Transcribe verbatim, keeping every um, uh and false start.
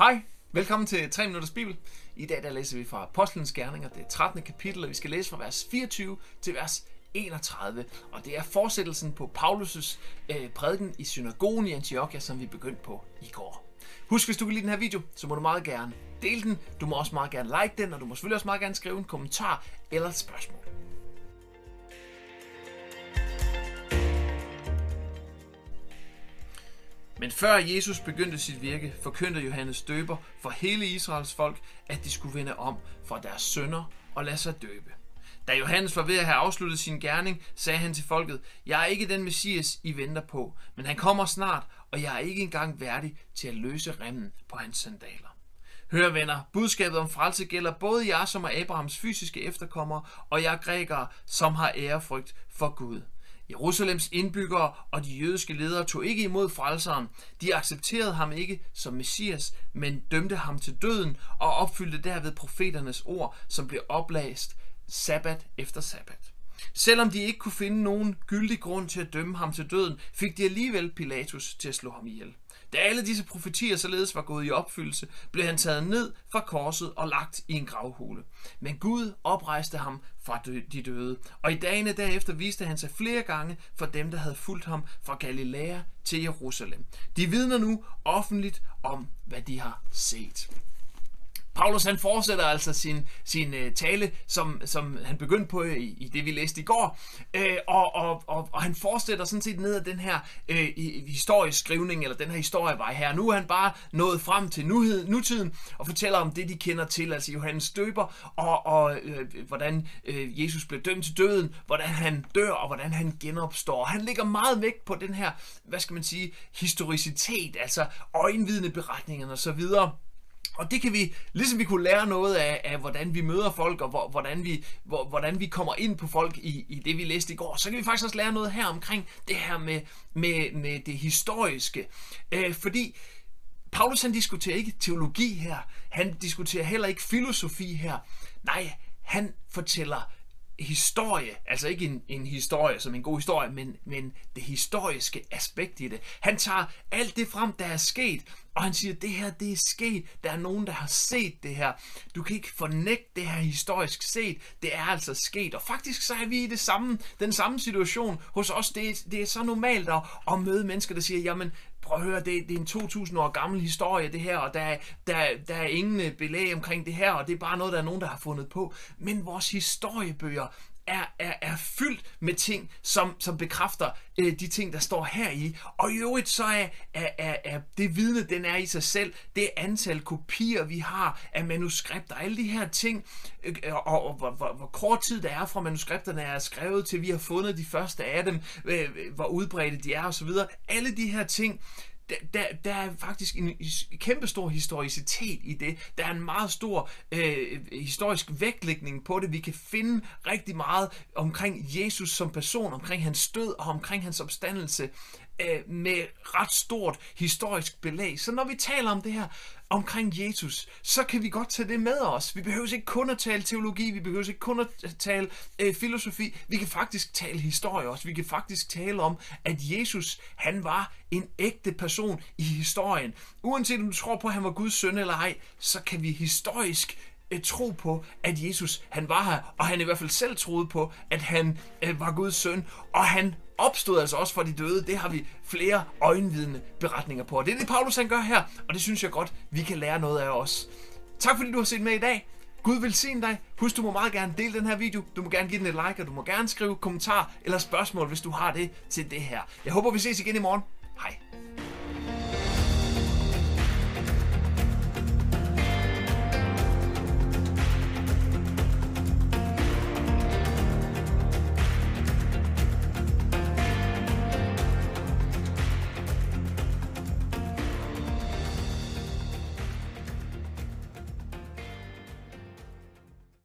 Hej, velkommen til tre minutters Bibel. I dag der læser vi fra Apostlenes Gerninger, det er trettende kapitel, og vi skal læse fra vers fireogtyve til vers enogtredive. Og det er fortsættelsen på Paulus' øh, prædiken i synagogen i Antiochia, som vi begyndte på i går. Husk, hvis du kan lide den her video, så må du meget gerne dele den. Du må også meget gerne like den, og du må selvfølgelig også meget gerne skrive en kommentar eller et spørgsmål. Men før Jesus begyndte sit virke, forkyndte Johannes Døber for hele Israels folk, at de skulle vende om fra deres synder og lade sig døbe. Da Johannes var ved at have afsluttet sin gerning, sagde han til folket: Jeg er ikke den Messias, I venter på, men han kommer snart, og jeg er ikke engang værdig til at løse remmen på hans sandaler. Hør, venner, budskabet om frelse gælder både jer, som er Abrahams fysiske efterkommere, og jer grækere, som har ærefrygt for Gud. Jerusalems indbyggere og de jødiske ledere tog ikke imod frelseren. De accepterede ham ikke som Messias, men dømte ham til døden og opfyldte derved profeternes ord, som blev oplæst sabbat efter sabbat. Selvom de ikke kunne finde nogen gyldig grund til at dømme ham til døden, fik de alligevel Pilatus til at slå ham ihjel. Da alle disse profetier således var gået i opfyldelse, blev han taget ned fra korset og lagt i en gravhule. Men Gud oprejste ham fra de døde, og i dagene derefter viste han sig flere gange for dem, der havde fulgt ham fra Galilea til Jerusalem. De vidner nu offentligt om, hvad de har set. Paulus han fortsætter altså sin, sin uh, tale, som, som han begyndte på i, i det, vi læste i går, uh, og, og, og, og han fortsætter sådan set ned ad den her uh, historieskrivning, eller den her historievej her. Nu er han bare nået frem til nuhed, nutiden, og fortæller om det, de kender til, altså Johannes Døber, og, og uh, hvordan uh, Jesus blev dømt til døden, hvordan han dør, og hvordan han genopstår. Han lægger meget vægt på den her, hvad skal man sige, historicitet, altså øjenvidne beretningerne og så videre. Og det kan vi, ligesom vi kunne lære noget af, af hvordan vi møder folk, og hvordan vi, hvordan vi kommer ind på folk i, i det, vi læste i går, så kan vi faktisk også lære noget her omkring det her med, med, med det historiske. Øh, fordi Paulus han diskuterer ikke teologi her, han diskuterer heller ikke filosofi her. Nej, han fortæller historie, altså ikke en, en historie som en god historie, men, men det historiske aspekt i det. Han tager alt det frem, der er sket, og han siger, det her, det er sket. Der er nogen, der har set det her. Du kan ikke fornægte det her historisk set. Det er altså sket. Og faktisk så er vi i det samme, den samme situation hos os. Det er, det er så normalt at, at møde mennesker, der siger, jamen, prøv at høre, det, det er en to tusind år gammel historie, det her, og der, der, der er ingen belæg omkring det her, og det er bare noget, der er nogen, der har fundet på. Men vores historiebøger Er, er, er fyldt med ting, som, som bekræfter øh, de ting, der står her i. Og i øvrigt så er, er, er, er det vidne, den er i sig selv, det antal kopier, vi har af manuskripter, alle de her ting, øh, og, og hvor, hvor, hvor kort tid der er fra manuskripterne er skrevet til, vi har fundet de første af dem, øh, hvor udbredte de er osv. Alle de her ting, Der, der er faktisk en kæmpestor historicitet i det. Der er en meget stor øh, historisk vægtlægning på det. Vi kan finde rigtig meget omkring Jesus som person, omkring hans død og omkring hans opstandelse øh, med ret stort historisk belæg. Så når vi taler om det her omkring Jesus, så kan vi godt tage det med os. Vi behøver ikke kun at tale teologi, vi behøver ikke kun at tale øh, filosofi. Vi kan faktisk tale historie også. Vi kan faktisk tale om, at Jesus, han var en ægte person i historien. Uanset om du tror på, at han var Guds søn eller ej, så kan vi historisk øh, tro på, at Jesus, han var her, og han i hvert fald selv troede på, at han øh, var Guds søn, og han opstod altså også for de døde. Det har vi flere øjenvidne beretninger på. Og det er det, Paulus han gør her, og det synes jeg godt, vi kan lære noget af os. Tak fordi du har set med i dag. Gud velsigne dig. Husk, du må meget gerne dele den her video. Du må gerne give den et like, og du må gerne skrive kommentar eller spørgsmål, hvis du har det til det her. Jeg håber, vi ses igen i morgen.